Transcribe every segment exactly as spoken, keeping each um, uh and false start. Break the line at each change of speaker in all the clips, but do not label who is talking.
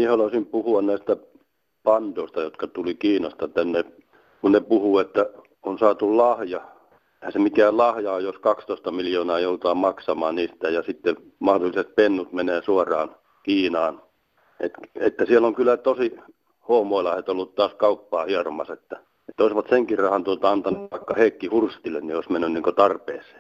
Niin haluaisin puhua näistä pandoista, jotka tuli Kiinasta tänne, kun ne puhuu, että on saatu lahja. Eihän se mikään lahja on, jos kaksitoista miljoonaa joudutaan maksamaan niistä ja sitten mahdolliset pennut menee suoraan Kiinaan. Et, että siellä on kyllä tosi hoomoilaiset ollut taas kauppaa hieromassa, että, että olisivat senkin rahan tuolta antanut vaikka Heikki Hurstille, niin olisi mennyt niin tarpeeseen.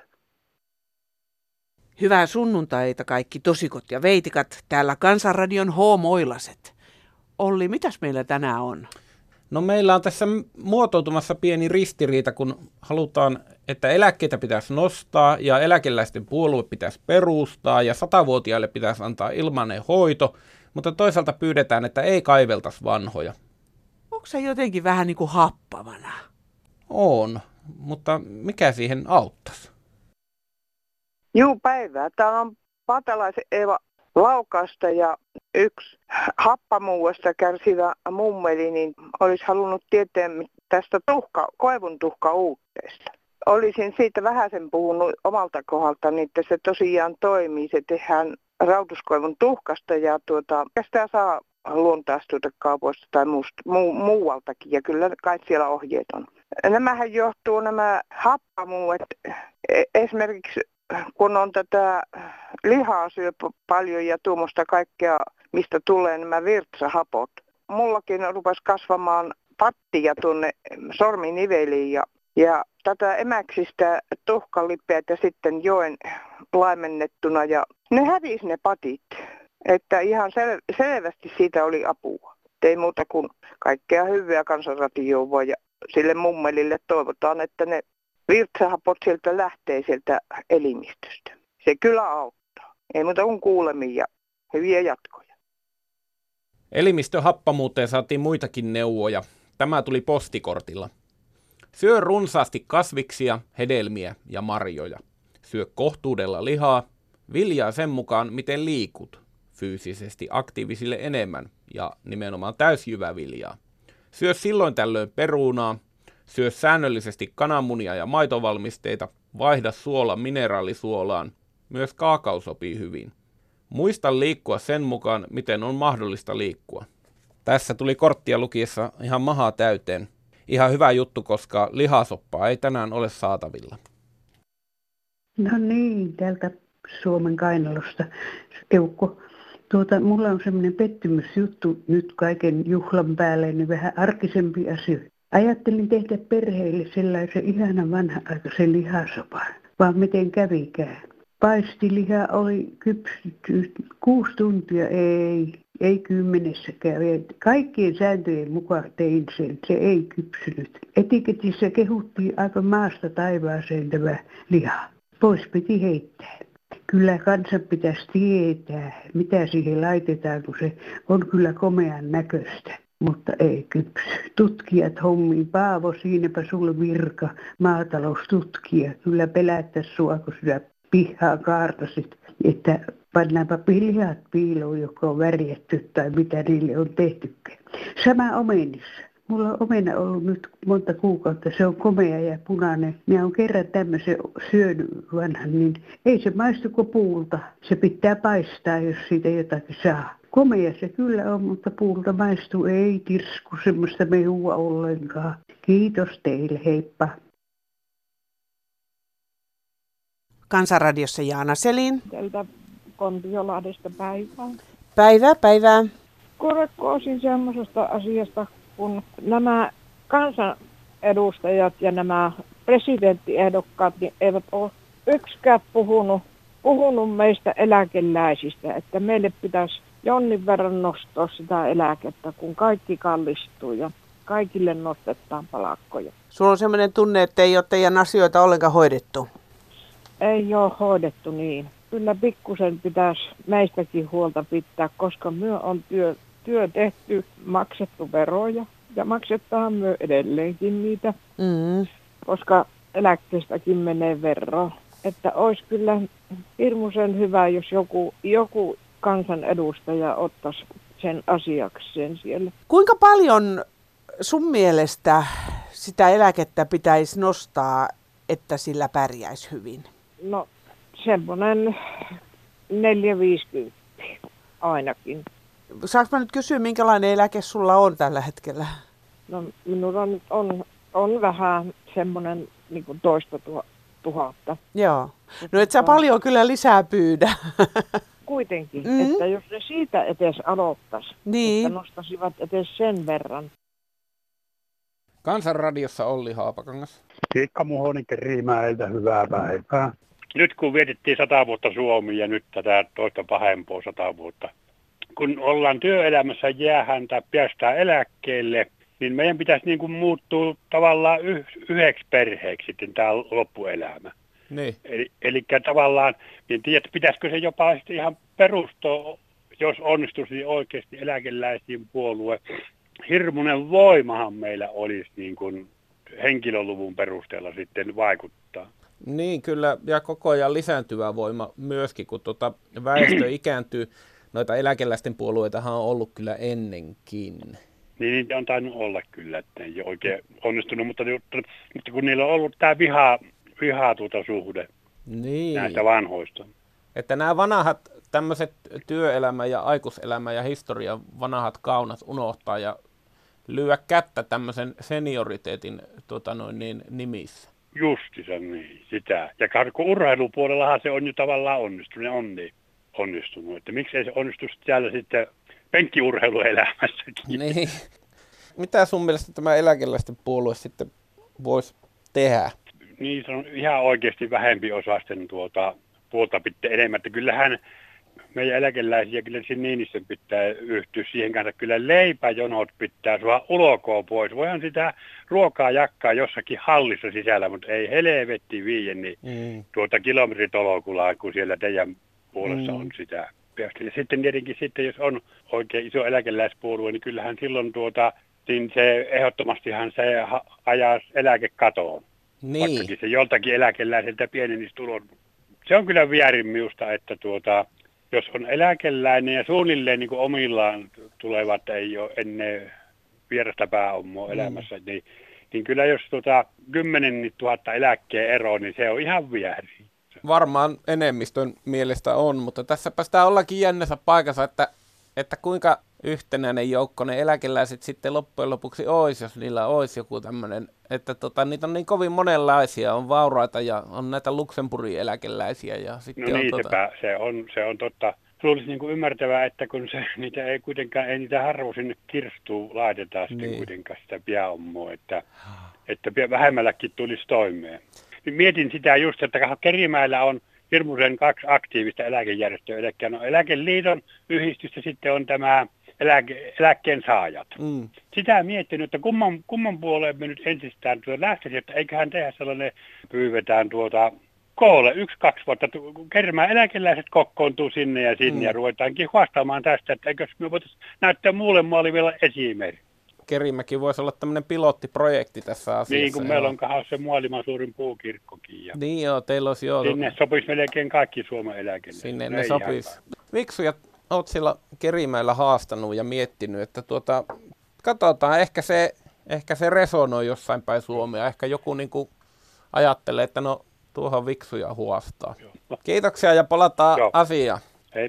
Hyvää sunnuntaita kaikki tosikot ja veitikat, täällä Kansanradion hoomoilaset. Olli, mitäs meillä tänään on?
No meillä on tässä muotoutumassa pieni ristiriita, kun halutaan, että eläkkeitä pitäisi nostaa ja eläkeläisten puolue pitäisi perustaa ja satavuotiaille pitäisi antaa ilmainen hoito, mutta toisaalta pyydetään, että ei kaiveltaisi vanhoja.
Onko se jotenkin vähän niin kuin happavana?
On, mutta mikä siihen auttaisi?
Juu, päivää. Täällä on Patalaisen Eeva Laukasta ja yksi happamuudesta kärsivä mummeli, niin olisi halunnut tietää tästä tuhka, koivun tuhkauutteesta. Olisin siitä vähäsen puhunut omalta kohdalta, niin että se tosiaan toimii. Se tehdään rautuskoivun tuhkasta ja tuota, sitä saa luontaistuotekaupoista tai muusta, mu, muualtakin ja kyllä kai siellä ohjeet on. Nämähän johtuu nämä happamuudet esimerkiksi kun on tätä lihaa syö paljon ja tuommoista kaikkea, mistä tulee nämä virtsahapot. Mullakin rupesi kasvamaan pattia tuonne sorminiveliin ja, ja tätä emäksistä tuhkalipeät ja sitten joen laimennettuna ja ne hävisi ne patit. Että ihan sel- selvästi siitä oli apua. Ei muuta kuin kaikkea hyvää Kansanradioon voi ja sille mummelille toivotaan, että ne virtsahapot sieltä lähtee sieltä elimistöstä. Se kyllä auttaa. Ei muuta kuin kuulemiin ja hyviä jatkoja.
Elimistöhappamuuteen saatiin muitakin neuvoja. Tämä tuli postikortilla. Syö runsaasti kasviksia, hedelmiä ja marjoja. Syö kohtuudella lihaa, viljaa sen mukaan, miten liikut. Fyysisesti aktiivisille enemmän ja nimenomaan täysjyväviljaa. Syö silloin tällöin perunaa. Syö säännöllisesti kananmunia ja maitovalmisteita, vaihda suola mineraalisuolaan. Myös kaakao sopii hyvin. Muista liikkua sen mukaan, miten on mahdollista liikkua. Tässä tuli korttia lukiessa ihan mahaa täyteen. Ihan hyvä juttu, koska lihasoppaa ei tänään ole saatavilla.
No niin, täältä Suomen kainalosta Eukko. Tuota, mulla on semmoinen pettymysjuttu nyt kaiken juhlan päälle, niin vähän arkisempi asia. Ajattelin tehdä perheille sellaisen ihanan vanha-aikaisen lihasopan, vaan miten kävikään. Paistiliha oli kypsytty kuusi tuntia, ei, ei kymmenessäkään. Kaikkien sääntöjen mukaan tein sen, se ei kypsynyt. Etiketissä kehuttiin aivan maasta taivaaseen tämä liha. Pois piti heittää. Kyllä kansan pitäisi tietää, mitä siihen laitetaan, kun se on kyllä komean näköistä. Mutta ei kypsy. Tutkijat hommiin. Paavo, siinäpä sulle virka, maataloustutkija. Kyllä pelättäisi sua, kun sinä pihaa kaartasit, että pannaanpa lihat piiloon, joka on värjätty tai mitä niille on tehtykään. Sama omenissa. Mulla on omena ollut nyt monta kuukautta. Se on komea ja punainen. Minä olen kerran tämmöisen syönyt vanhan, niin ei se maistu kuin puulta. Se pitää paistaa, jos siitä jotakin saa. Komea se kyllä on, mutta puulta maistuu ei tirsku semmoista mehua ollenkaan. Kiitos teille, heippa.
Kansanradiossa Jaana Selin.
Tältä Kontiolahdesta päivää.
Päivää, päivää.
Korrekoosin semmoisesta asiasta, kun nämä kansanedustajat ja nämä presidenttiehdokkaat niin eivät ole yksikään puhunut, puhunut meistä eläkeläisistä, että meille pitäisi jonnin verran nostaa sitä eläkettä, kun kaikki kallistuu ja kaikille nostetaan palakkoja.
Sulla on sellainen tunne, että ei ole teidän asioita ollenkaan hoidettu?
Ei ole hoidettu niin. Kyllä pikkusen pitäisi meistäkin huolta pitää, koska myö on työ, työ tehty, maksettu veroja ja maksetaan myö edelleenkin niitä, mm. koska eläkkeestäkin menee veroa. Että olisi kyllä hirmuisen hyvä, jos joku, joku kansanedustaja ottaisi sen asiakseen siellä.
Kuinka paljon sun mielestä sitä eläkettä pitäisi nostaa, että sillä pärjäisi hyvin?
No semmoinen neljä viisikymmentä ainakin.
Saanko mä nyt kysyä, minkälainen eläke sulla on tällä hetkellä?
No minulla nyt on, on vähän semmoinen niin kuin toista tuha, tuhatta.
Joo. No et sä paljon kyllä lisää pyydä.
Kuitenkin,
Mm.
että jos ne siitä etes aloittaisi,
Niin.
että nostasivat etes sen verran.
Kansanradiossa Olli Haapakangas.
Kiikka Muhonen Kerimäeltä, hyvää päivää. Nyt kun vietettiin sata vuotta Suomi ja nyt tätä toista pahempaa sata vuotta. Kun ollaan työelämässä jäähän tai päästään eläkkeelle, niin meidän pitäisi niin kuin muuttua tavallaan yh, yhdeksi perheeksi sitten tämä loppuelämä.
Niin.
Eli, eli tavallaan, en tiedä, että pitäisikö se jopa sitten ihan perustaa, jos onnistuisi oikeasti eläkeläisiin puolue. Hirmuinen voimahan meillä olisi niin kuin henkilöluvun perusteella sitten vaikuttaa.
Niin, kyllä, ja koko ajan lisääntyvä voima myöskin, kun tuota väestö ikääntyy. Noita eläkeläisten puolueitahan on ollut kyllä ennenkin.
Niin niitä on tainnut olla kyllä, että ei ole oikein onnistunut, mutta, mutta kun niillä on ollut tämä viha, viha tuota suhde
Niin.
näistä vanhoista.
Että nämä vanhat tämmöiset työelämä ja aikuiselämä ja historian vanhat kaunat unohtaa ja lyö kättä tämmöisen senioriteetin tota noin, niin, nimissä.
Justissa niin, sitä. Ja kun urheilupuolellahan se on jo tavallaan onnistunut, on niin onnistunut. Että miksei se onnistu täällä sitten penkkiurheiluelämässäkin.
Niin. Mitä sun mielestä tämä eläkeläisten puolue sitten voisi tehdä?
Niin, se on ihan oikeasti vähempi osasten tuota, puolta pitää enemmän. Että kyllähän meidän eläkeläisiä, kyllä sen Niinistön pitää yhtyä siihen kanssa. Kyllä leipäjonot pitää sua ulkoa pois. Voihan sitä ruokaa jakkaa jossakin hallissa sisällä, mutta ei helvetti viie niin mm. tuota kilometritolokulaa, kun siellä teidän puolessa mm. on sitä. Ja sitten tietenkin sitten, jos on oikein iso eläkeläispuolue, niin kyllähän silloin tuota, niin se ehdottomastihan se ajaa eläkekatoon.
Niin.
Vaikkakin se joltakin eläkeläiseltä pienenisi tulon. Se on kyllä väärin minusta, että tuota, jos on eläkeläinen ja suunnilleen niin kuin omillaan tulevat, ei ole ennen vierasta pääomaa elämässä, mm. niin, niin kyllä jos tuota, kymmenen tuhatta eläkkeen ero, niin se on ihan väärin.
Varmaan enemmistön mielestä on, mutta tässä päästään ollakin jännässä paikassa, että, että kuinka yhtenäinen joukko ne eläkeläiset sitten loppujen lopuksi olisi, jos niillä olisi joku tämmöinen, että tota, niitä on niin kovin monenlaisia, on vauraita ja on näitä Luxemburgin eläkeläisiä. Ja sitten
no niin,
on, tota...
sepä, se, on, se on totta. Luulisi niin kuin ymmärtävää, että kun se, niitä ei kuitenkaan, ei niitä harvoin sinne kirstuun laitetaan sitten niin. kuitenkaan sitä pääomaa, että, että vähemmälläkin tulisi toimeen. Mietin sitä just, että Kerimäellä on hirmuisen kaksi aktiivista eläkejärjestöä, eli no Eläkeliiton yhdistys ja sitten on tämä eläke, eläkkeen saajat. Mm. Sitä miettinyt, että kumman, kumman puoleen me nyt ensistään lähtisi, että eiköhän tehdä sellainen, pyydetään tuota koolle yksi, kaksi vuotta, Kerimäen eläkeläiset kokoontuu sinne ja sinne mm. ja ruvetaankin haastamaan tästä, että eikös me voitaisiin näyttää muulle maalle vielä esimerkki.
Kerimäki voisi olla tämmöinen pilottiprojekti tässä asiassa.
Niin, kun joo. meillä on kahdessa se maailman suurin puukirkkokin. Ja
niin joo, teillä olisi joo.
Sinne sopisi melkein kaikki Suomen eläkeläiset.
Sinne ne sopisi. Viksuja olet siellä Kerimäellä haastanut ja miettinyt, että tuota, katsotaan, ehkä se, ehkä se resonoi jossain päin Suomea. Ehkä joku niin kuin ajattelee, että no tuohon Viksuja huostaa. Joo. Kiitoksia ja palataan joo. asiaan.
Hei.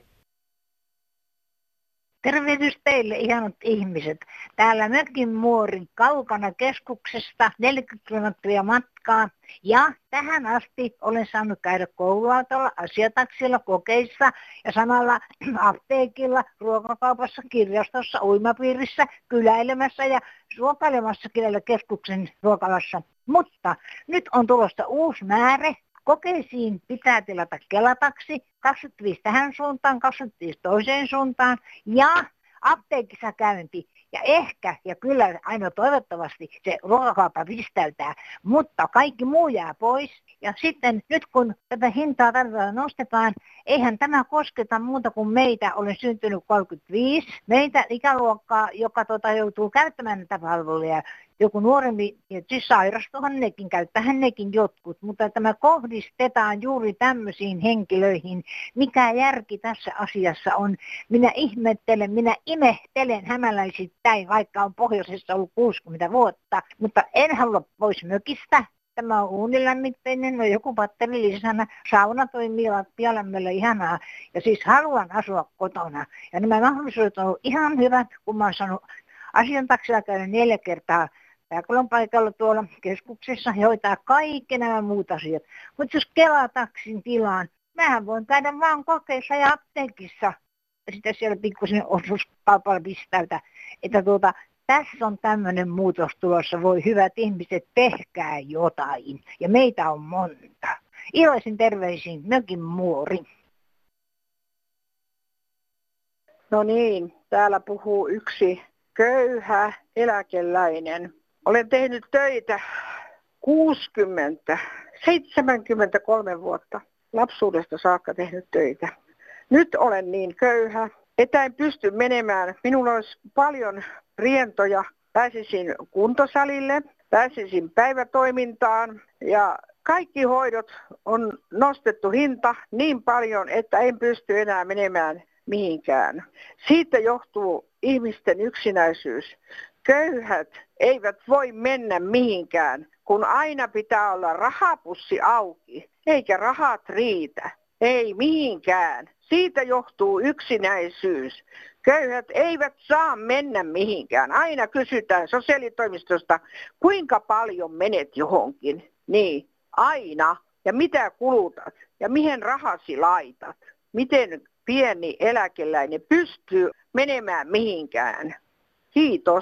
Tervehdys teille ihanat ihmiset. Täällä mökin muorin kaukana keskuksesta neljäkymmentä kilometriä matkaa. Ja tähän asti olen saanut käydä kouluautolla, asiataksilla, kokeissa ja samalla apteekilla, ruokakaupassa, kirjastossa, uimapiirissä, kyläilemässä ja ruokailemassa kyllä keskuksen ruokalassa. Mutta nyt on tulossa uusi määrä. Kokeisiin pitää tilata Kelataksi, kaksikymmentäviisi tähän suuntaan, kaksikymmentäviisi toiseen suuntaan ja apteekissa käynti. Ja ehkä, ja kyllä aina toivottavasti se ruokakauppa pistäytää, mutta kaikki muu jää pois. Ja sitten nyt kun tätä hintaa tarvitaan nostetaan, eihän tämä kosketa muuta kuin meitä, olen syntynyt kolmekymmentäviisi, meitä ikäluokkaa, joka tuota, joutuu käyttämään näitä palveluja. Joku nuorempi, siis sairastuhan nekin, käyttähän nekin jotkut, mutta tämä kohdistetaan juuri tämmöisiin henkilöihin. Mikä järki tässä asiassa on? Minä ihmettelen, minä imehtelen hämäläisittäin, vaikka on pohjoisessa ollut kuusikymmentä vuotta, mutta en halua pois mökistä. Tämä on uunilämmitteinen, no joku patteri lisänä. Sauna toimii lattialämmöllä ihanaa. Ja siis haluan asua kotona. Ja nämä mahdollisuudet on ollut ihan hyvät, kun mä oon saanut asian taksilla käydä neljä kertaa pääkolon paikalla tuolla keskuksessa hoitaa kaikki nämä muut asiat. Mutta jos Kela-taksin tilaan, mähän voin käydä vaan kokeissa ja apteekissa. Ja sitten siellä pikkusen osuuskaupalla pistäytä. Että tuota, tässä on tämmöinen muutos tulossa. Voi hyvät ihmiset, tehkää jotain. Ja meitä on monta. Iloisin terveisiin, mökin muori.
No niin, täällä puhuu yksi köyhä eläkeläinen. Olen tehnyt töitä kuusikymmentä, seitsemänkymmentäkolme vuotta. Lapsuudesta saakka tehnyt töitä. Nyt olen niin köyhä, että en pysty menemään. Minulla olisi paljon rientoja. Pääsisin kuntosalille, pääsisin päivätoimintaan ja kaikki hoidot on nostettu hinta niin paljon, että en pysty enää menemään mihinkään. Siitä johtuu ihmisten yksinäisyys. Köyhät eivät voi mennä mihinkään, kun aina pitää olla rahapussi auki, eikä rahat riitä. Ei mihinkään. Siitä johtuu yksinäisyys. Köyhät eivät saa mennä mihinkään. Aina kysytään sosiaalitoimistosta, kuinka paljon menet johonkin. Niin, aina. Ja mitä kulutat? Ja mihin rahasi laitat? Miten pieni eläkeläinen pystyy menemään mihinkään? Kiitos.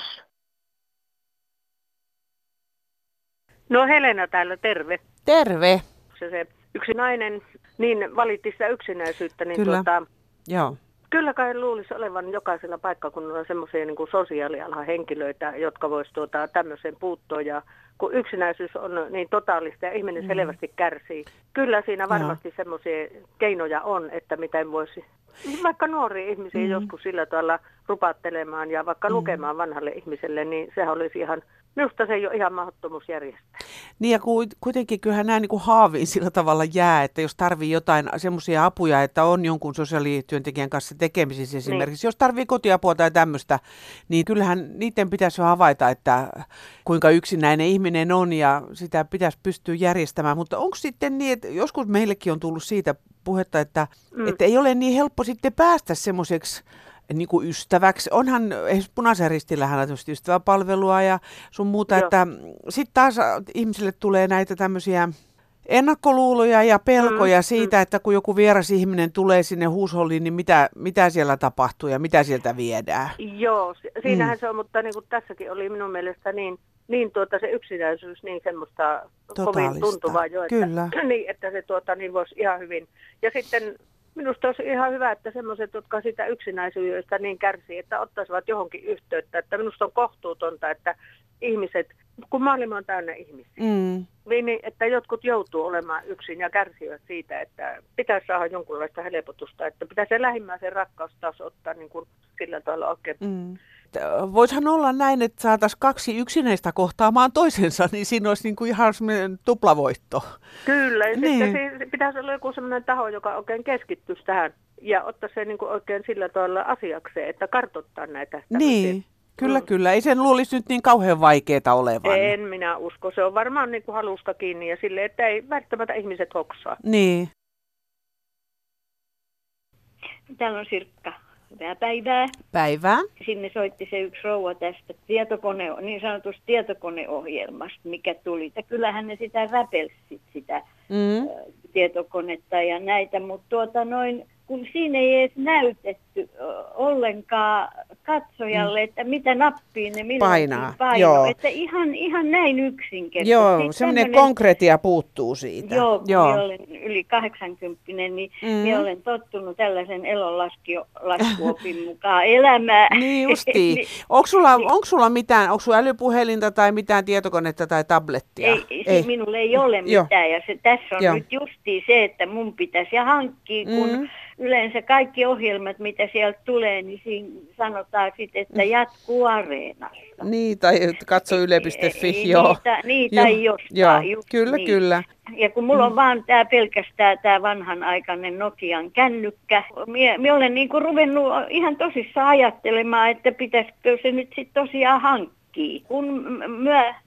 No Helena täällä, terve.
Terve.
Se, se yksi nainen niin valitti sitä yksinäisyyttä, niin
Kyllä.
Tuota,
Joo.
kyllä kai luulisi olevan jokaisella paikkakunnalla semmoisia niin kuin sosiaalialan henkilöitä, jotka voisi tuota, tämmöiseen puuttua. Ja kun yksinäisyys on niin totaalista ja ihminen mm. selvästi kärsii, kyllä siinä varmasti semmoisia keinoja on, että miten voisi vaikka nuoria ihmisiä mm. joskus sillä tavalla rupattelemaan ja vaikka mm. lukemaan vanhalle ihmiselle, niin sehän olisi ihan, minusta se ei ole ihan mahdottomuus järjestää.
Niin ja kuitenkin kyllähän nämä niin kuin haaviin sillä tavalla jää, että jos tarvii jotain semmoisia apuja, että on jonkun sosiaalityöntekijän kanssa tekemisissä esimerkiksi, niin. Jos tarvii kotiapua tai tämmöistä, niin kyllähän niiden pitäisi jo havaita, että kuinka yksinäinen ihminen on ja sitä pitäisi pystyä järjestämään. Mutta onko sitten niin, että joskus meillekin on tullut siitä puhetta, että, mm. että ei ole niin helppo sitten päästä semmoiseksi niin kuin ystäväksi. Onhan Punaisen Ristillähän on tietysti ystäväpalvelua ja sun muuta, Joo. että sitten taas ihmisille tulee näitä tämmöisiä ennakkoluuloja ja pelkoja mm, siitä, mm. että kun joku vieras ihminen tulee sinne huusholliin, niin mitä, mitä siellä tapahtuu ja mitä sieltä viedään.
Joo, siinähän mm. se on, mutta niin kuin tässäkin oli minun mielestä niin, niin tuota se yksinäisyys niin semmoista kovin tuntuvaa jo, että,
Kyllä.
niin, että se tuota, niin voisi ihan hyvin. Ja sitten minusta olisi ihan hyvä, että semmoiset, jotka sitä yksinäisyydestä niin kärsii, että ottaisivat johonkin yhteyttä. Että minusta on kohtuutonta, että ihmiset, kun maailma on täynnä ihmisiä, mm. niin että jotkut joutuu olemaan yksin ja kärsivät siitä, että pitäisi saada jonkunlaista helpotusta, että pitäisi se lähimmäisen rakkaus taas ottaa niin kuin sillä tavalla oikein. Mm.
Voisihan olla näin, että saataisiin kaksi yksinäistä kohtaamaan toisensa, niin siinä olisi niin kuin ihan semmoinen tuplavoitto.
Kyllä, ja
niin.
sitten pitäisi olla joku semmoinen taho, joka oikein keskittyisi tähän ja ottaa se niin kuin oikein sillä tavalla asiakseen, että kartoittaa näitä.
Niin, kyllä, mm. kyllä. Ei sen luulisi nyt niin kauhean vaikeaa olevan.
En minä usko. Se on varmaan niin kuin haluska kiinni ja silleen, että ei välttämättä ihmiset hoksaa.
Niin.
Täällä on Sirkka. Hyvää päivää.
Päivää.
Sinne soitti se yksi rouva tästä tietokone, niin sanotusta tietokoneohjelmasta, mikä tuli. Ja kyllähän ne sitä räpelsit, sitä mm. ä, tietokonetta ja näitä, mutta tuota noin, kun siinä ei edes näytetty ö, ollenkaan katsojalle, että mitä nappiin ne milloinkin painoi. Että ihan, ihan näin yksinkertaisesti.
Joo, semmoinen konkretia puuttuu siitä.
Joo, Joo. Minä olen yli kahdeksankymppinen, niin mm. minä olen tottunut tällaisen elonlaskuopin mukaan elämään.
Niin justiin. niin, onko, sulla, onko sulla mitään, onko sulla älypuhelinta tai mitään tietokonetta tai tablettia?
Ei, ei. Minulla ei ole mitään ja se, tässä on Joo. nyt justiin se, että mun pitäisi hankkia, kun mm. yleensä kaikki ohjelmat, mitä sieltä tulee, niin siinä sanotaan sitten, että jatkuu Areenassa.
Niin, tai katso yle piste fi, joo.
Niitä, niitä ei jostain.
Joo, kyllä, niin. kyllä.
Ja kun mulla on mm. vaan tää pelkästään tämä vanhanaikainen Nokian kännykkä, mie, mie olen niinku ruvennut ihan tosissaan ajattelemaan, että pitäisikö se nyt sitten tosiaan hankkia. Kun myö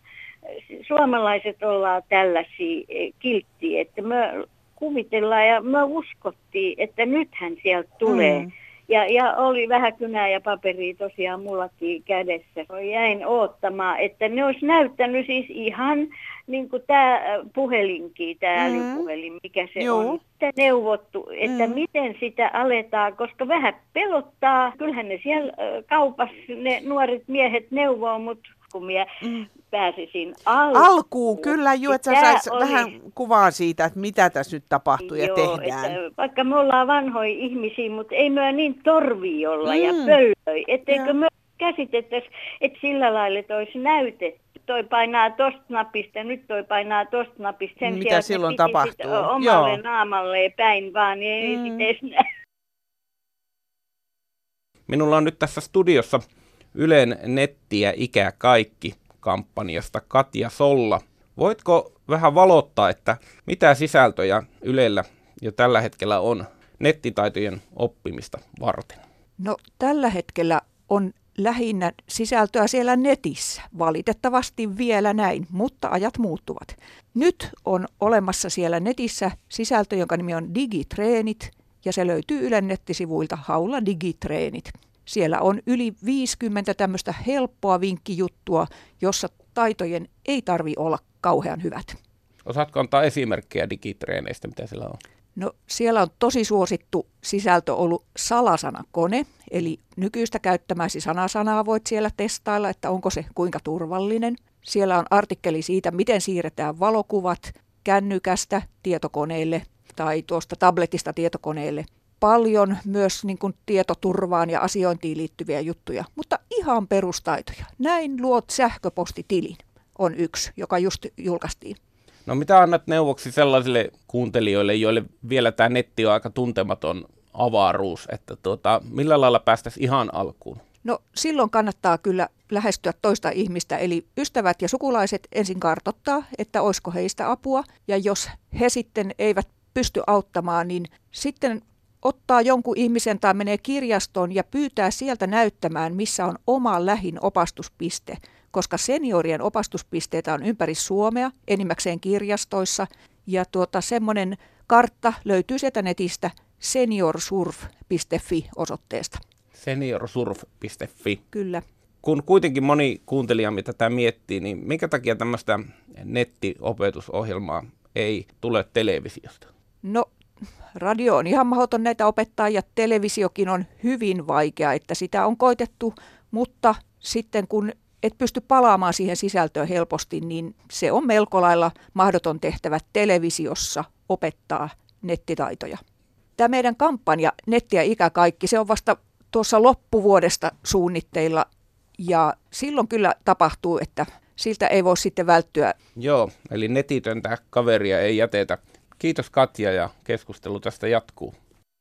suomalaiset ollaan tällaisia kilttiä, että me kuvitellaan ja me uskottiin, että nythän sieltä tulee. Mm. Ja, ja oli vähän kynää ja paperia tosiaan mullakin kädessä. Jäin oottamaan, että ne olisi näyttänyt siis ihan niin kuin tämä puhelinkin, tämä mm. älypuhelin, mikä se Joo. on. Sitä neuvottu, että mm. miten sitä aletaan, koska vähän pelottaa. Kyllähän ne siellä kaupassa, ne nuoret miehet neuvoo, mutta kun minä mm. pääsisin alkuun.
Alkuun, kyllä jo, että sä sais oli... vähän kuvaa siitä, että mitä tässä nyt tapahtuu ja
Joo,
tehdään.
Että vaikka me ollaan vanhoja ihmisiä, mutta ei me niin torvi olla mm. ja pöllöi. Etteikö me käsitettäisi, että sillä lailla, että olisi näytetty. Toi painaa tosta napista, nyt toi painaa tosta napista. Sen
mitä
sijaan,
silloin tapahtuu?
Omalle
Joo.
naamalle päin vaan, niin ei mm. sitten edes näy.
Minulla on nyt tässä studiossa Ylen Nettiä ikä kaikki -kampanjasta Katja Solla. Voitko vähän valottaa, että mitä sisältöjä Ylellä jo tällä hetkellä on nettitaitojen oppimista varten?
No tällä hetkellä on lähinnä sisältöä siellä netissä. Valitettavasti vielä näin, mutta ajat muuttuvat. Nyt on olemassa siellä netissä sisältö, jonka nimi on Digitreenit, ja se löytyy Ylen nettisivuilta haulla Digitreenit. Siellä on yli viisikymmentä tämmöistä helppoa vinkkijuttua, jossa taitojen ei tarvitse olla kauhean hyvät.
Osaatko antaa esimerkkejä digitreeneistä, mitä siellä on?
No siellä on tosi suosittu sisältö ollut salasanakone, eli nykyistä käyttämäsi sanasanaa voit siellä testailla, että onko se kuinka turvallinen. Siellä on artikkeli siitä, miten siirretään valokuvat kännykästä tietokoneelle tai tuosta tabletista tietokoneelle. Paljon myös niin kuin tietoturvaan ja asiointiin liittyviä juttuja, mutta ihan perustaitoja. Näin luot sähköpostitilin on yksi, joka just julkaistiin.
No mitä annat neuvoksi sellaisille kuuntelijoille, joille vielä tämä netti on aika tuntematon avaruus, että tuota, millä lailla päästäisiin ihan alkuun?
No silloin kannattaa kyllä lähestyä toista ihmistä, eli ystävät ja sukulaiset ensin kartoittaa, että olisiko heistä apua, ja jos he sitten eivät pysty auttamaan, niin sitten ottaa jonkun ihmisen tai menee kirjastoon ja pyytää sieltä näyttämään, missä on oma lähin opastuspiste, koska seniorien opastuspisteitä on ympäri Suomea, enimmäkseen kirjastoissa, ja tuota, semmoinen kartta löytyy sieltä netistä seniorsurf piste fi osoitteesta.
seniorsurf piste fi.
Kyllä.
Kun kuitenkin moni kuuntelijamme tätä miettii, niin minkä takia tämmöistä nettiopetusohjelmaa ei tule televisiosta?
No, radio on ihan mahdoton näitä opettaa ja televisiokin on hyvin vaikea, että sitä on koitettu, mutta sitten kun et pysty palaamaan siihen sisältöön helposti, niin se on melko lailla mahdoton tehtävä televisiossa opettaa nettitaitoja. Tämä meidän kampanja Netti ja ikä kaikki, se on vasta tuossa loppuvuodesta suunnitteilla ja silloin kyllä tapahtuu, että siltä ei voi sitten välttyä.
Joo, eli netitöntä kaveria ei jätetä. Kiitos Katja ja keskustelu tästä jatkuu.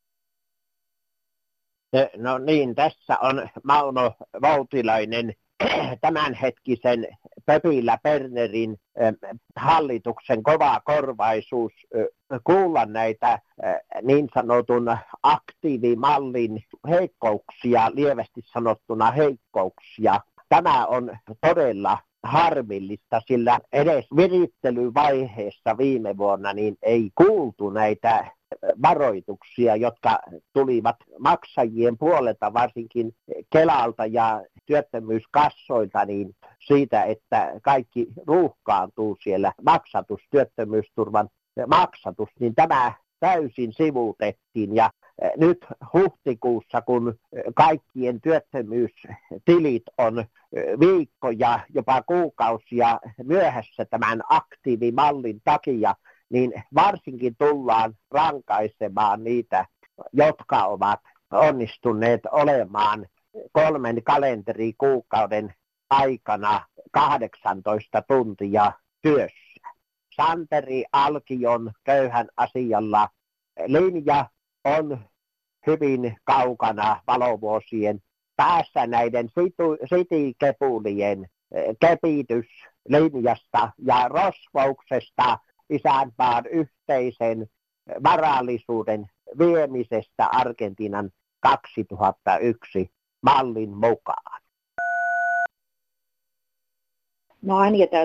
No niin, tässä on Mauno Voutilainen tämänhetkisen Pöpilä Bernerin hallituksen kova korvaisuus kuulla näitä niin sanotun aktiivimallin heikkouksia, lievästi sanottuna heikkouksia. Tämä on todella harmillista, sillä edes virittelyvaiheessa viime vuonna niin ei kuultu näitä varoituksia, jotka tulivat maksajien puolelta, varsinkin Kelalta ja työttömyyskassoilta, niin siitä, että kaikki ruuhkaantuu siellä maksatus, työttömyysturvan maksatus, niin tämä täysin sivuutettiin ja nyt huhtikuussa, kun kaikkien työttömyystilit on viikkoja, jopa kuukausia myöhässä tämän aktiivimallin takia, niin varsinkin tullaan rankaisemaan niitä, jotka ovat onnistuneet olemaan kolmen kalenterikuukauden aikana kahdeksantoista tuntia työssä. Santeri Alkion köyhän asialla linja on hyvin kaukana valovuosien päässä näiden sitikepulien kepityslinjasta ja rosvouksesta isänmaan yhteisen varallisuuden viemisestä Argentiinan kaksituhattayksi mallin mukaan.
Mä oon Anja täältä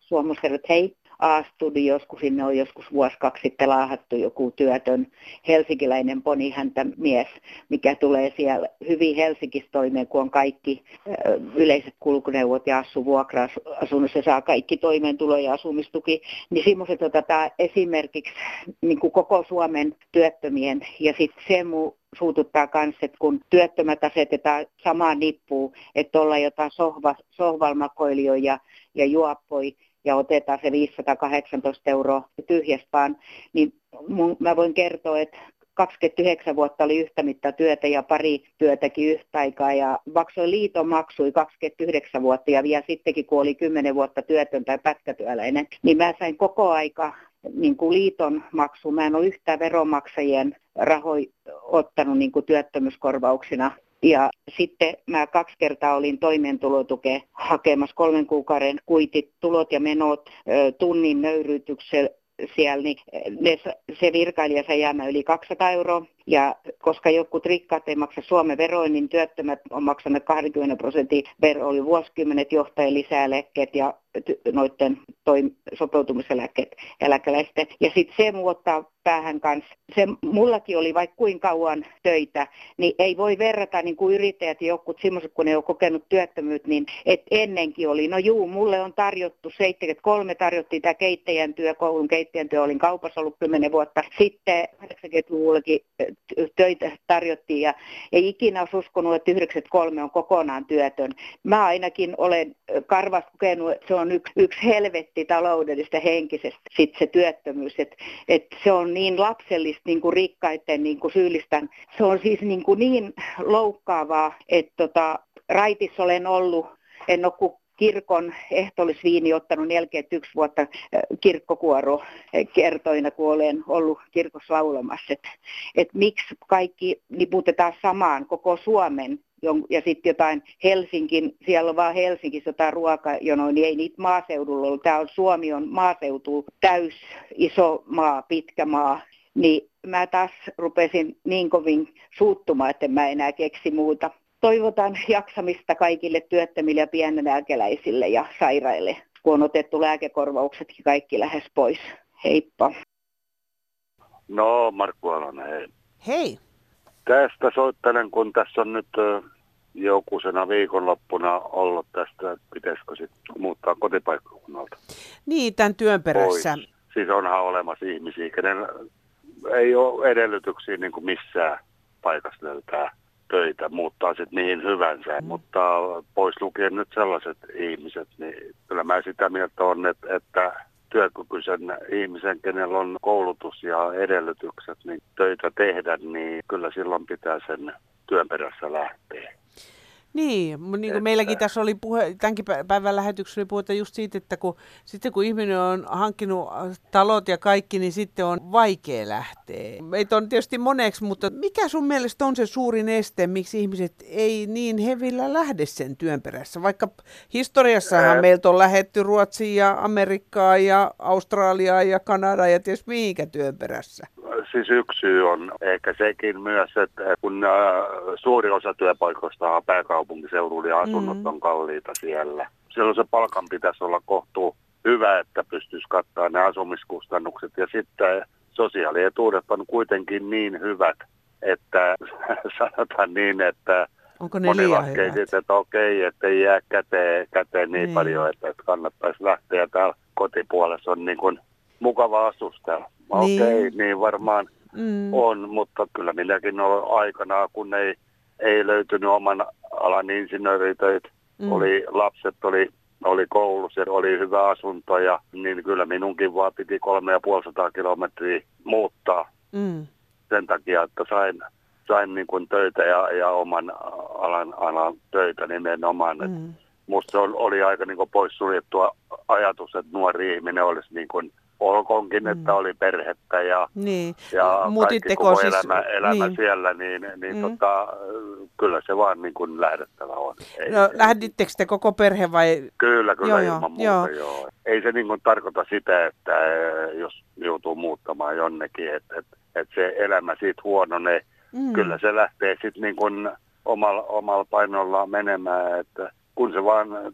Suomessa, että hei, A-studios, kun sinne on joskus vuosi kaksi sitten laahattu joku työtön helsinkiläinen ponihäntä mies, mikä tulee siellä hyvin Helsingissä toimeen, kun on kaikki ö, yleiset kulkuneuvot ja asuu vuokra-asunnossa, saa kaikki toimeentulo- ja asumistuki, niin semmoiset otetaan esimerkiksi niin kuin koko Suomen työttömien, ja sitten se muu suututtaa myös, että kun työttömät asetetaan samaan nippuun, että ollaan jotain sohva, sohvalmakoilijoja ja, ja juoppoi, ja otetaan se viisisataakahdeksantoista euroa tyhjäspaan, niin mun, mä voin kertoa, että kaksikymmentäyhdeksän vuotta oli yhtä mittaa työtä ja pari työtäkin yhtä aikaa, ja maksoin liiton maksui kaksikymmentäyhdeksän vuotta, ja vielä sittenkin, kun oli kymmenen vuotta työtön tai pätkätyöläinen, niin mä sain koko aika niin kuin liiton maksu. Mä en ole yhtään veronmaksajien rahoja ottanut niin kuin työttömyyskorvauksina. Ja sitten mä kaksi kertaa olin toimeentulotukea hakemassa kolmen kuukauden kuitit, tulot ja menot, tunnin nöyryytyksellä siellä, niin ne, se virkailija sai jäämään yli kaksisataa euroa. Ja koska jotkut rikkaat ei maksa Suomen veroin, niin työttömät on maksanut kaksikymmentä prosenttia vero, oli vuosikymmenet johtajien lisäeläkkeet ja noiden toim- sopeutumiseläkkeet eläkeläisten. Ja sitten se muuttaa päähän kanssa. Se mullakin oli vaikka kuinka kauan töitä, niin ei voi verrata niin kuin yrittäjät ja jotkut semmoiset, kun ne on kokenut työttömyyttä, niin et ennenkin oli. No juu, mulle on tarjottu seitsemänkymmentäkolme tarjottiin tämä keittäjän työ, koulun keittäjän työ, olin kaupassa ollut kymmenen vuotta. Sitten kahdeksankymmentäluvullakin töitä tarjottiin ja ei ikinä olisi uskonut, että yhdeksänkymmentäkolme on kokonaan työtön. Mä ainakin olen karvasta kokenut, että se on yksi, yksi helvetti taloudellista henkisesti sit se työttömyys, että et se on niin lapsellista niin kuin rikkaiden niin kuin syyllistän. Se on siis niin, kuin niin loukkaavaa, että tota, raitissa olen ollut, en ole kuin kirkon ehtoollisviini ottanut neljäkymmentäyksi vuotta kirkkokuoro kertoina, kun olen ollut kirkossa laulamassa. Että et miksi kaikki niputetaan samaan koko Suomen ja sitten jotain Helsingin, siellä on vaan Helsingissä jotain ruokajonoja, niin ei niitä maaseudulla ollut. Tämä on Suomi on maaseutu, täys iso maa, pitkä maa. Niin mä taas rupesin niin kovin suuttumaan, että mä enää keksi muuta. Toivotan jaksamista kaikille työttömille ja pienelääkeläisille ja sairaille, kun on otettu lääkekorvauksetkin kaikki lähes pois. Heippa.
No, Markku Alonen, hei.
Hei.
Tästä soittelen, kun tässä on nyt jokusena viikonloppuna ollut tästä, että pitäisikö sitten muuttaa kotipaikkakunnalta.
Niin, tämän työn perässä.
Pois. Siis onhan olemassa ihmisiä, kenen ei ole edellytyksiä niin kuin missään paikassa löytää töitä, muuttaa sitten mihin hyvänsä, mm. mutta pois lukien nyt sellaiset ihmiset, niin kyllä mä sitä mieltä on, että, että työkykyisen ihmisen, kenellä on koulutus ja edellytykset niin töitä tehdä, niin kyllä silloin pitää sen työn perässä lähteä.
Niin, niin kuin meilläkin tässä oli puhe, tämänkin päivän lähetyksessä oli puhuta just siitä, että kun, sitten kun ihminen on hankkinut talot ja kaikki, niin sitten on vaikea lähteä. Meitä on tietysti moneksi, mutta mikä sun mielestä on se suurin este, miksi ihmiset ei niin hevillä lähde sen työn perässä? Vaikka historiassahan meiltä on lähdetty Ruotsiin ja Amerikkaan ja Australiaan ja Kanadaan ja ties mihinkä työn perässä.
Siis yksi syy on ehkä sekin myös, että kun äh, suuri osa työpaikoista on pääkaupunkiseudulla ja asunnot mm. on kalliita siellä. Silloin se palkan pitäisi olla kohtuu hyvä, että pystyisi kattaa ne asumiskustannukset. Ja sitten sosiaalietuudet on kuitenkin niin hyvät, että sanotaan niin, että moni laskee sitten, että okei, että ei jää käteen, käteen niin, niin paljon, että, että kannattaisi lähteä. Täällä kotipuolessa on niin kuin mukava asusta. Niin. Okei, niin varmaan mm. on, mutta kyllä minäkin olen aikanaan, kun ei, ei löytynyt oman alan insinööritöitä, mm. oli lapset, oli, oli koulussa, oli hyvä asunto, ja, niin kyllä minunkin vaan piti kolme ja puolisataa kilometriä muuttaa mm. sen takia, että sain, sain niin kuin töitä ja, ja oman alan, alan töitä nimenomaan. Mm. Musta se oli aika niin kuin poissuljettua ajatus, että nuori ihminen olisi niin kuin olkoonkin, että oli perhettä ja,
niin.
ja kaikki koko
siis,
elämä, elämä
niin.
siellä, niin, niin mm. tota, kyllä se vaan niin kuin lähdettävä on. Ei,
no, lähdittekö te koko perhe vai?
Kyllä, kyllä
joo,
ilman
joo.
muuta, joo. joo. Ei se niin kuin tarkoita sitä, että jos joutuu muuttamaan jonnekin, että, että, että se elämä siitä huononee. Mm. Kyllä se lähtee sitten niin kuin omalla, omalla painollaan menemään, että kun se vaan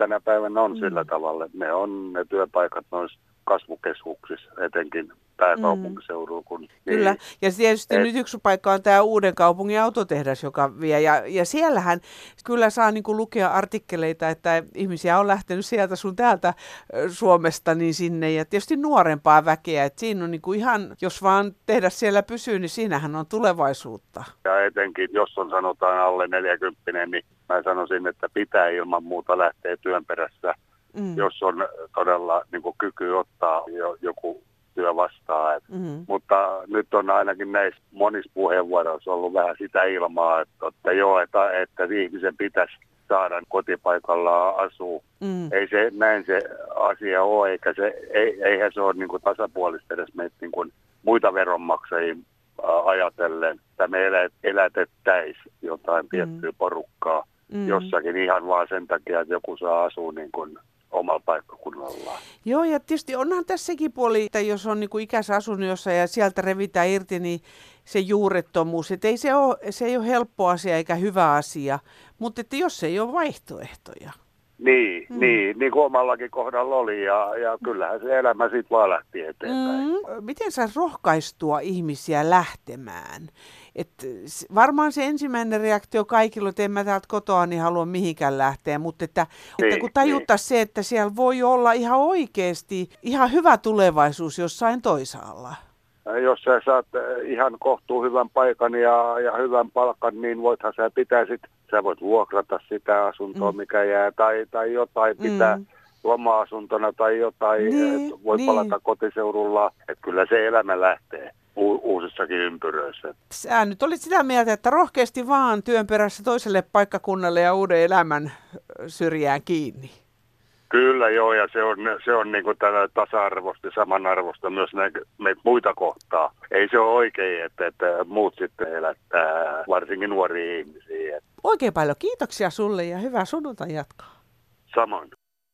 tänä päivänä on
Mm.
sillä tavalla, että ne on ne työpaikat noissa kasvukeskuksissa, etenkin pääkaupunkiseudulla. Kun
Kyllä,
niin,
ja tietysti
et-
nyt yksi paikka on tämä Uuden kaupungin autotehdas, joka vie, ja, ja siellähän kyllä saa niin kuin lukea artikkeleita, että ihmisiä on lähtenyt sieltä sun täältä ö, Suomesta niin sinne, ja tietysti nuorempaa väkeä, että siinä on niin kuin ihan, jos vaan tehdas siellä pysyy, niin siinähän on tulevaisuutta.
Ja etenkin, jos on sanotaan alle neljäkymppinen, niin mä sanoisin, että pitää ilman muuta lähteä työn perässä,
Mm.
jos on todella niin kuin kyky ottaa jo, joku työ vastaan. Et,
Mm.
mutta nyt on ainakin näissä monissa puheenvuoroissa ollut vähän sitä ilmaa, että, että joo, että, että ihmisen pitäisi saada kotipaikallaan asua.
Mm.
Ei se näin se asia ole, eikä se, ei, eihän se ole niin kuin tasapuolista edes meitä niin kuin muita veronmaksajia ää, ajatellen, että me elä, elätettäisiin jotain tiettyä porukkaa
Mm.
jossakin ihan vaan sen takia, että joku saa asua niin kuin omalla paikkakunnallaan.
Joo, ja tietysti onhan tässäkin puoli, että jos on niin kuin ikänsä asunut jossain ja sieltä revitään irti, niin se juurettomuus, että ei se ole, se ei ole helppo asia eikä hyvä asia, mutta että jos ei ole vaihtoehtoja.
Niin,
Mm.
niin, niin kuin omallakin kohdalla oli, ja, ja kyllähän se elämä sitten vaan lähti eteenpäin.
Mm. Miten saisi rohkaistua ihmisiä lähtemään? Et s- varmaan se ensimmäinen reaktio kaikilla, että en mä täältä kotoa niin halua mihinkään lähteä, mutta että,
Niin,
että kun tajuttaisiin se, että siellä voi olla ihan oikeasti ihan hyvä tulevaisuus jossain toisaalla.
Jos sä saat eh, ihan kohtuu hyvän paikan ja, ja hyvän palkan, niin voithan sä pitää sit, sä voit vuokrata sitä asuntoa,
Mm.
mikä jää, tai, tai jotain pitää
Mm.
loma-asuntona tai jotain,
Niin,
et voi
niin.
palata kotiseudulla. Että kyllä se elämä lähtee u- uusissakin ympyröissä.
Sä nyt olit sitä mieltä, että rohkeasti vaan työn perässä toiselle paikkakunnalle ja uuden elämän ö, syrjään kiinni.
Kyllä joo, ja se on, se on niin kuin tällä tasa-arvosta ja samanarvosta myös näitä meitä muita kohtaa. Ei se ole oikein, että, että muut sitten elättää, varsinkin nuoria ihmisiä.
Oikein paljon kiitoksia sulle ja hyvää sunnuntain jatkoa.
Samoin.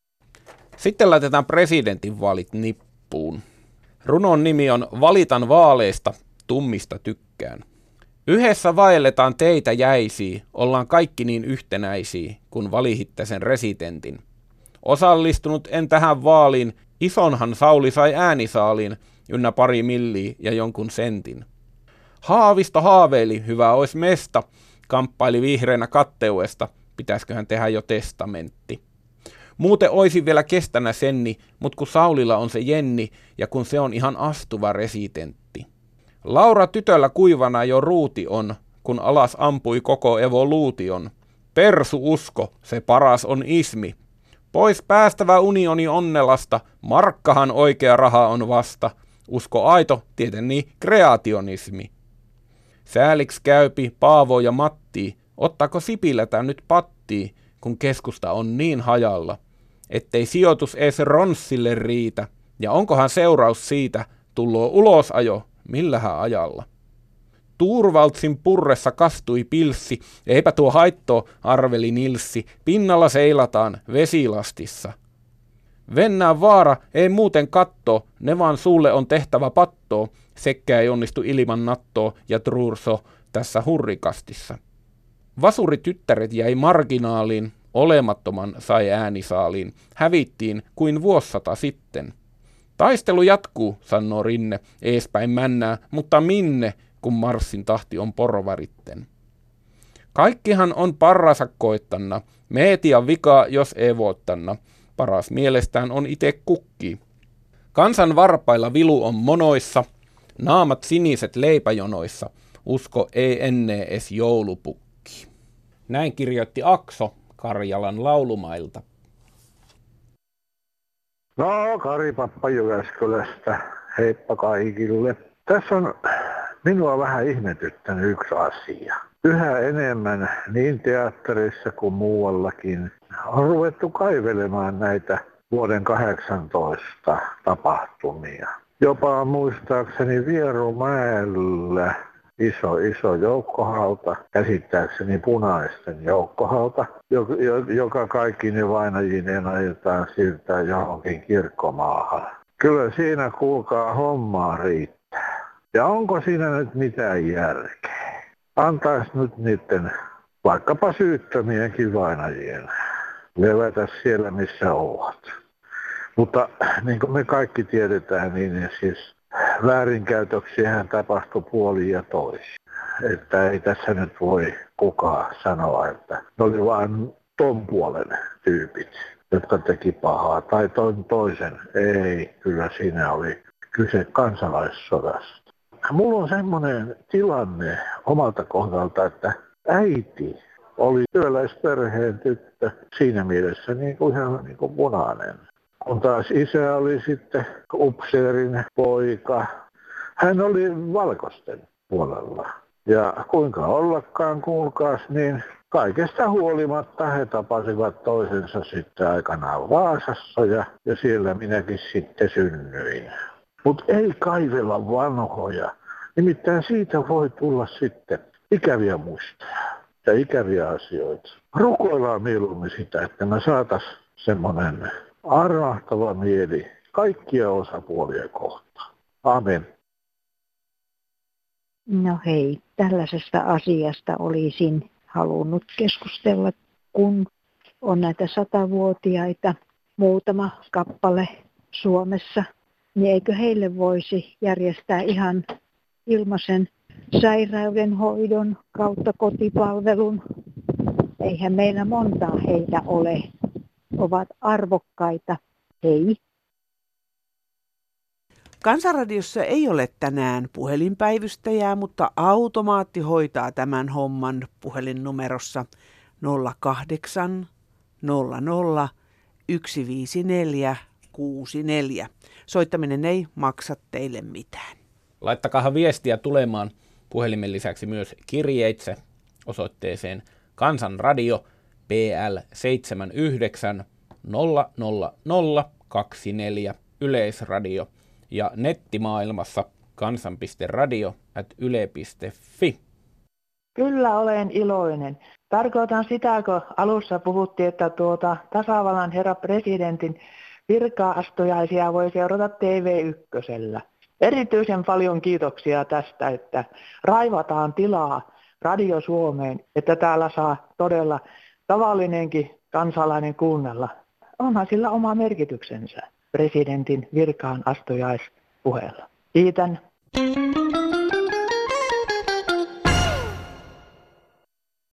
Sitten laitetaan presidentinvaalit nippuun. Runon nimi on Valitan vaaleista, tummista tykkään. Yhdessä vaelletaan teitä jäisiä, ollaan kaikki niin yhtenäisiä, kun valihitte sen residentin. Osallistunut en tähän vaaliin, isonhan Sauli sai äänisaaliin, ynnä pari milliä ja jonkun sentin. Haavisto haaveili, hyvä ois mesta, kamppaili vihreänä katteuesta, pitäisköhän tehdä jo testamentti. Muuten oisin vielä kestänä senni, mut kun Saulilla on se Jenni, ja kun se on ihan astuva residentti. Laura tytöllä kuivana jo ruuti on, kun alas ampui koko evoluution. Persu usko, se paras on ismi. Pois päästävä unioni onnelasta, markkahan oikea raha on vasta. Usko aito, tietenkin kreationismi. Sääliksi käypi Paavo ja Matti, ottaako Sipilätä nyt pattii, kun keskusta on niin hajalla, ettei sijoitus ees Ronssille riitä, ja onkohan seuraus siitä, tulloo ulosajo, millähän ajalla. Tuurvaltsin purressa kastui pilssi, eipä tuo haitto, arveli Nilssi, pinnalla seilataan vesilastissa. Vennään vaara, ei muuten katto, ne vaan sulle on tehtävä pattoo, sekkä ei onnistu ilman nattoo ja trurso tässä hurrikastissa. Vasurityttäret jäi marginaaliin, olemattoman sai äänisaaliin, hävittiin kuin vuosisata sitten. Taistelu jatkuu, sanoo Rinne, eespäin männää, mutta minne, kun marssin tahti on porvaritten. Kaikkihan on parransa koittanna, meetian vika, jos ei voittanna. Paras mielestään on ite kukki. Kansan varpailla vilu on monoissa, naamat siniset leipäjonoissa, usko ei enne es joulupukki. Näin kirjoitti Akso Karjalan laulumailta.
No, Kari Pappa Jyväskylästä. Heippa kaikille. Tässä on minua vähän ihmetyttänyt yksi asia. Yhä enemmän niin teatterissa kuin muuallakin on ruvettu kaivelemaan näitä vuoden kahdeksantoista tapahtumia. Jopa muistaakseni Vierumäellä iso, iso joukkohauta, käsittääkseni punaisten joukkohauta, joka kaikki ne vainajineen ajetaan siirtää johonkin kirkkomaahan. Kyllä siinä kuulkaa hommaa riittää. Ja onko siinä nyt mitään järkeä? Antaisi nyt niiden vaikkapa syyttömienkin vainajien levätä siellä, missä ovat. Mutta niin kuin me kaikki tiedetään, niin siis väärinkäytöksiähän tapahtui puolin ja toisin. Että ei tässä nyt voi kukaan sanoa, että ne oli vain ton puolen tyypit, jotka teki pahaa, tai ton toisen. Ei, kyllä siinä oli kyse kansalaissodasta. Mulla on semmoinen tilanne omalta kohdalta, että äiti oli työläisperheen tyttö, siinä mielessä niin kuin ihan niin kuin punainen. Kun taas isä oli sitten upseerin poika, hän oli valkoisten puolella. Ja kuinka ollakaan, kuulkaas, niin kaikesta huolimatta he tapasivat toisensa sitten aikanaan Vaasassa ja, ja siellä minäkin sitten synnyin. Mutta ei kaivella vanhoja, nimittäin siitä voi tulla sitten ikäviä muistoja ja ikäviä asioita. Rukoillaan mieluummin sitä, että me saataisiin semmoinen armahtava mieli kaikkia osapuolia kohtaan. Amen.
No hei, tällaisesta asiasta olisin halunnut keskustella, kun on näitä satavuotiaita muutama kappale Suomessa, niin eikö heille voisi järjestää ihan ilmaisen sairaudenhoidon kautta kotipalvelun. Eihän meillä montaa heitä ole, ovat arvokkaita, hei.
Kansanradiossa ei ole tänään puhelinpäivystäjää, mutta automaatti hoitaa tämän homman puhelinnumerossa nolla kahdeksan nolla nolla yksi viisi neljä kuusi neljä. Soittaminen ei maksa teille mitään.
Laittakaa viestiä tulemaan puhelimen lisäksi myös kirjeitse osoitteeseen Kansanradio P L seitsemän yhdeksän nolla nolla nolla kaksi neljä Yleisradio ja nettimaailmassa kansan piste radio ät yle piste fi.
Kyllä olen iloinen. Tarkoitan sitä, kun alussa puhuttiin, että tuota tasavallan herra presidentin virka-astujaisia voi seurata T V yksi. Erityisen paljon kiitoksia tästä, että raivataan tilaa Radio Suomeen, että täällä saa todella tavallinenkin kansalainen kuunnella. Onhan sillä oma merkityksensä presidentin virkaan astujaispuheella. Kiitän.